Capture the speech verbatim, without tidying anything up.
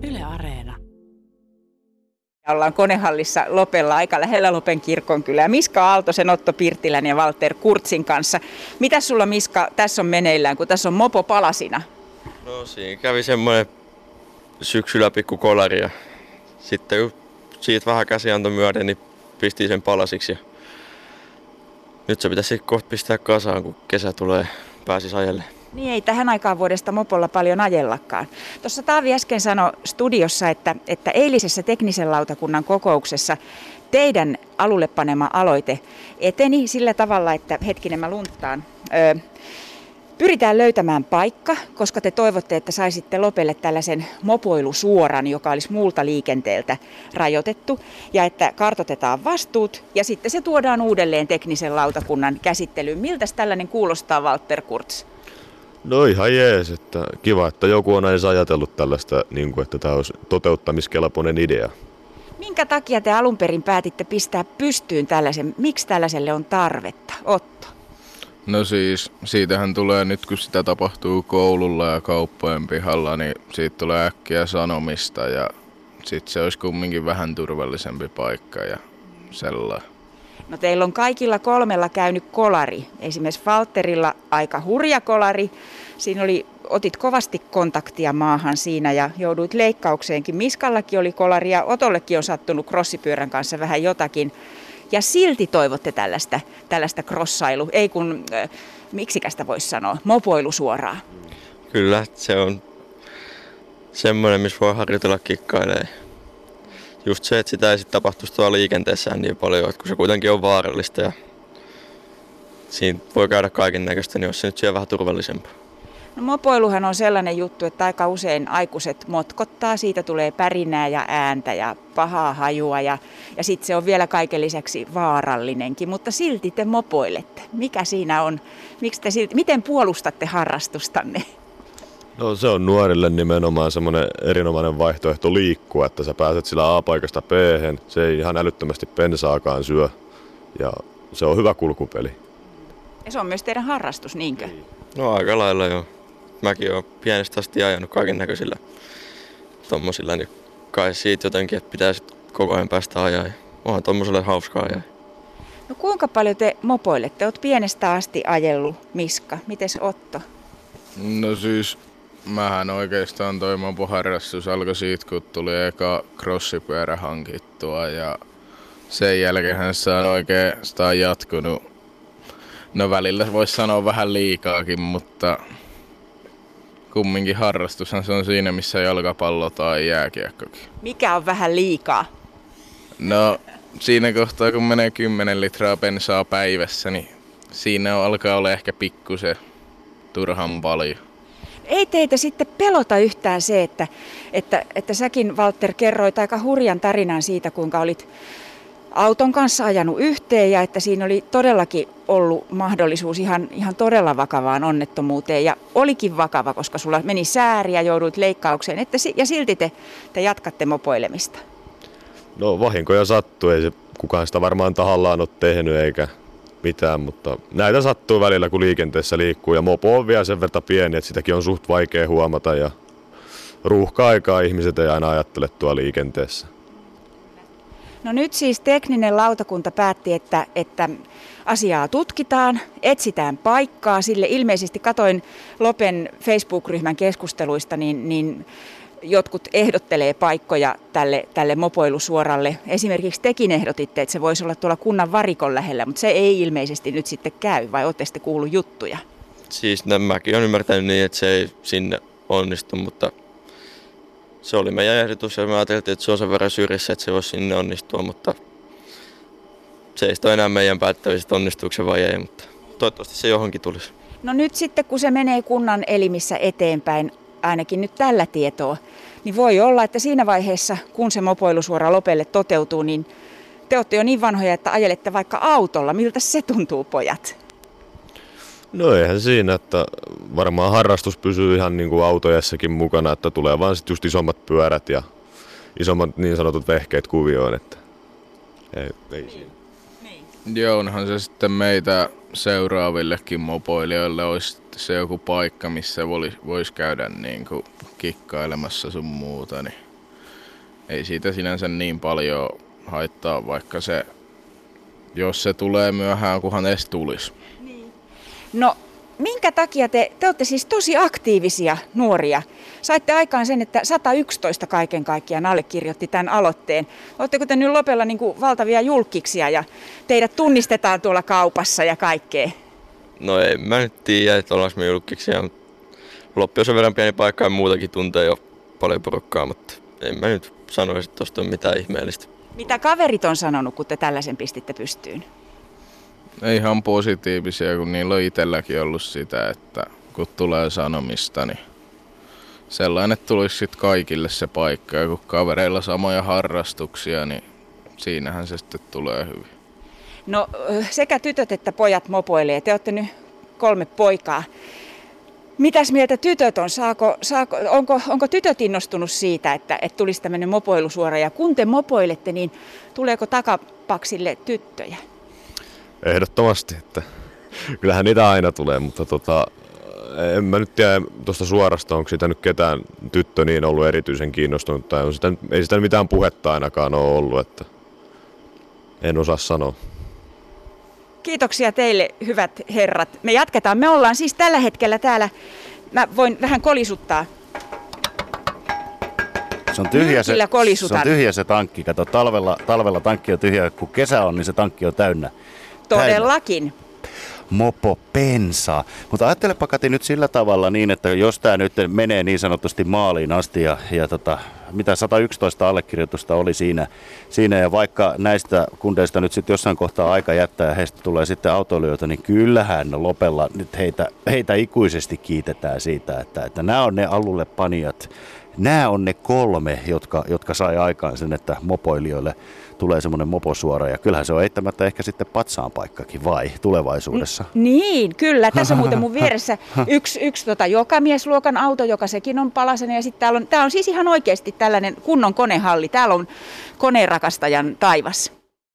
Yle Areena. Ollaan konehallissa Lopella aika lähellä Lopen kirkonkylää. Miska Aaltosen, Otto Pirttiläinen ja Walter Kurtzin kanssa. Mitäs sulla, Miska, tässä on meneillään, kun tässä on mopo palasina? No siinä kävi semmoinen syksyllä pikku kolari ja sitten kun siitä vähän käsi antoi myöden, niin pisti sen palasiksi. Ja nyt se pitäisi kohta pistää kasaan, kun kesä tulee, pääsisi ajelle. Niin ei tähän aikaan vuodesta mopolla paljon ajellakaan. Tuossa Taavi äsken sanoi studiossa, että, että eilisessä teknisen lautakunnan kokouksessa teidän alulle panema aloite eteni sillä tavalla, että hetkinen mä lunttaan. Öö, pyritään löytämään paikka, koska te toivotte, että saisitte Lopelle tällaisen mopoilusuoran, joka olisi muulta liikenteeltä rajoitettu, ja että kartoitetaan vastuut ja sitten se tuodaan uudelleen teknisen lautakunnan käsittelyyn. Miltäs tällainen kuulostaa, Walter Kurtz? No ihan jees, että kiva, että joku on edes ajatellut tällaista, niin kuin, että tämä olisi toteuttamiskelpoinen idea. Minkä takia te alun perin päätitte pistää pystyyn tällaisen? Miksi tällaiselle on tarvetta? Otto? No siis, siitähän tulee nyt, kun sitä tapahtuu koululla ja kauppojen pihalla, niin siitä tulee äkkiä sanomista ja sitten se olisi kumminkin vähän turvallisempi paikka ja sellainen. No teillä on kaikilla kolmella käynyt kolari. Esimerkiksi Walterilla aika hurja kolari. Siinä oli, otit kovasti kontaktia maahan siinä ja jouduit leikkaukseenkin. Miskallakin oli kolari ja Otollekin on sattunut crossipyörän kanssa vähän jotakin. Ja silti toivotte tällaista, tällaista crossailu, ei kun, äh, miksikästä voisi sanoa, mopoilu suoraan. Kyllä, se on semmoinen, missä voi harjoitella kikkailemaan. Just se, että sitä ei sitten tapahtuisi tuolla liikenteessään niin paljon, että kun se kuitenkin on vaarallista ja siinä voi käydä kaiken näköistä, niin olisi se nyt siellä vähän turvallisempaa. No, mopoiluhan on sellainen juttu, että aika usein aikuiset motkottaa, siitä tulee pärinää ja ääntä ja pahaa hajua ja, ja sitten se on vielä kaiken lisäksi vaarallinenkin, mutta silti te mopoilette. Mikä siinä on? Miksi te silti, miten puolustatte harrastustanne? No se on nuorille nimenomaan semmoinen erinomainen vaihtoehto liikkua, että sä pääset sillä A-paikasta B-hen, se ei ihan älyttömästi pensaakaan syö ja se on hyvä kulkupeli. Ja se on myös teidän harrastus, niinkö? No aika lailla joo. Mäkin olen pienestä asti ajanut kaiken näköisillä tommosilla, niin kai siitä jotenkin, että pitää sit koko ajan päästä ajaa. Onhan tommoselle hauskaa ajaa. No kuinka paljon te mopoilette? Oot pienestä asti ajellut, Miska. Mites Otto? No siis, mähän oikeastaan toi mopoharrastus alkoi siitä, kun tuli eka crossipyörä hankittua ja sen jälkeen se on oikeastaan jatkunut. No välillä voisi sanoa vähän liikaakin, mutta kumminkin harrastushan se on siinä, missä jalkapallo tai jääkiekkokin. Mikä on vähän liikaa? No siinä kohtaa, kun menee kymmenen litraa bensaa päivässä, niin siinä on, alkaa olla ehkä pikkusen turhan paljon. Ei teitä sitten pelota yhtään se, että, että, että säkin, Walter, kerroit aika hurjan tarinan siitä, kuinka olit auton kanssa ajanut yhteen ja että siinä oli todellakin ollut mahdollisuus ihan, ihan todella vakavaan onnettomuuteen. Ja olikin vakava, koska sulla meni sääri ja jouduit leikkaukseen, että, ja silti te, te jatkatte mopoilemista. No vahinkoja sattuu, ei se kukaan sitä varmaan tahallaan ole tehnyt eikä mitään, mutta näitä sattuu välillä, kun liikenteessä liikkuu ja mopo on vielä sen verran pieni, että sitäkin on suht vaikea huomata ja ruuhka-aikaa ihmiset ei aina ajattele tuolla liikenteessä. No nyt siis tekninen lautakunta päätti, että, että asiaa tutkitaan, etsitään paikkaa. Sille ilmeisesti katoin Lopen Facebook-ryhmän keskusteluista, niin, niin jotkut ehdottelee paikkoja tälle, tälle mopoilusuoralle. Esimerkiksi tekin ehdotitte, että se voisi olla tuolla kunnan varikon lähellä, mutta se ei ilmeisesti nyt sitten käy, vai olette sitten kuullut juttuja? Siis mäkin olen ymmärtänyt niin, että se ei sinne onnistu, mutta se oli meidän ehdotus ja me ajateltiin, että se on sen verran syrjissä, että se voisi sinne onnistua, mutta se ei ole enää meidän päättävissä, että onnistuuko se vai ei, mutta toivottavasti se johonkin tulisi. No nyt sitten, kun se menee kunnan elimissä eteenpäin, ainakin nyt tällä tietoa, niin voi olla, että siinä vaiheessa, kun se mopoilusuora Lopelle toteutuu, niin te olette jo niin vanhoja, että ajelette vaikka autolla. Miltä se tuntuu, pojat? No eihän siinä, että varmaan harrastus pysyy ihan niin kuin autojessakin mukana, että tulee vaan sit just isommat pyörät ja isommat niin sanotut vehkeet kuvioon, että ei, ei siinä. Joo, onhan se sitten meitä seuraavillekin mopoilijoille olisi se joku paikka, missä voisi käydä niin kuin kikkailemassa sun muuta, niin ei siitä sinänsä niin paljon haittaa, vaikka se, jos se tulee myöhään, kunhan edes tulisi. No, minkä takia te, te olette siis tosi aktiivisia nuoria? Saitte aikaan sen, että sata yksitoista kaiken kaikkiaan allekirjoitti tämän aloitteen. Oletteko te nyt Lopella niin kuin valtavia julkkiksia ja teidät tunnistetaan tuolla kaupassa ja kaikkea? No en mä nyt tiedä, että ollaanko me julkkiksia, mutta Loppi on sen verran pieni paikka ja muutakin tuntee jo paljon porukkaa, mutta en mä nyt sanoisi, että tuosta on mitään ihmeellistä. Mitä kaverit on sanonut, kun te tällaisen pistitte pystyyn? Ihan positiivisia, kun niillä on itselläkin ollut sitä, että kun tulee sanomista, niin sellainen, että tulisi sitten kaikille se paikka. Ja kun kavereilla samoja harrastuksia, niin siinähän se sitten tulee hyvin. No sekä tytöt että pojat mopoilee. Te olette nyt kolme poikaa. Mitäs mieltä tytöt on? Saako, saako, onko, onko tytöt innostunut siitä, että, että tulisi tämmöinen mopoilusuora? Ja kun te mopoilette, niin tuleeko takapaksille tyttöjä? Ehdottomasti, että kyllähän niitä aina tulee, mutta tota, en mä nyt tiedä tuosta suorasta, onko siitä nyt ketään tyttö niin ollut erityisen kiinnostunut, tai on sitä, ei sitä mitään puhetta ainakaan ole ollut, että en osaa sanoa. Kiitoksia teille, hyvät herrat. Me jatketaan. Me ollaan siis tällä hetkellä täällä, mä voin vähän kolisuttaa. Se on, tyhjä se, se on tyhjä se tankki. Kato, talvella, talvella tankki on tyhjä, kun kesä on, niin se tankki on täynnä. Todellakin. Mopo pensaa. Mutta ajattelepa Kati nyt sillä tavalla niin, että jos tämä nyt menee niin sanotusti maaliin asti ja, ja tota, mitä sata yksitoista allekirjoitusta oli siinä, siinä ja vaikka näistä kundeista nyt sitten jossain kohtaa aika jättää ja heistä tulee sitten autoilijoita, niin kyllähän Lopella nyt heitä, heitä ikuisesti kiitetään siitä, että, että nämä on ne alulle panijat. Nämä on ne kolme, jotka, jotka sai aikaan sen, että mopoilijoille tulee semmoinen moposuora. Ja kyllähän se on eittämättä ehkä sitten patsaan paikkakin, vai tulevaisuudessa? N- niin, kyllä. Tässä on muuten mun vieressä yksi, yksi tota jokamiesluokan auto, joka sekin on palasena. Ja sitten täällä on, tää on siis ihan oikeasti tällainen kunnon konehalli. Täällä on koneenrakastajan taivas.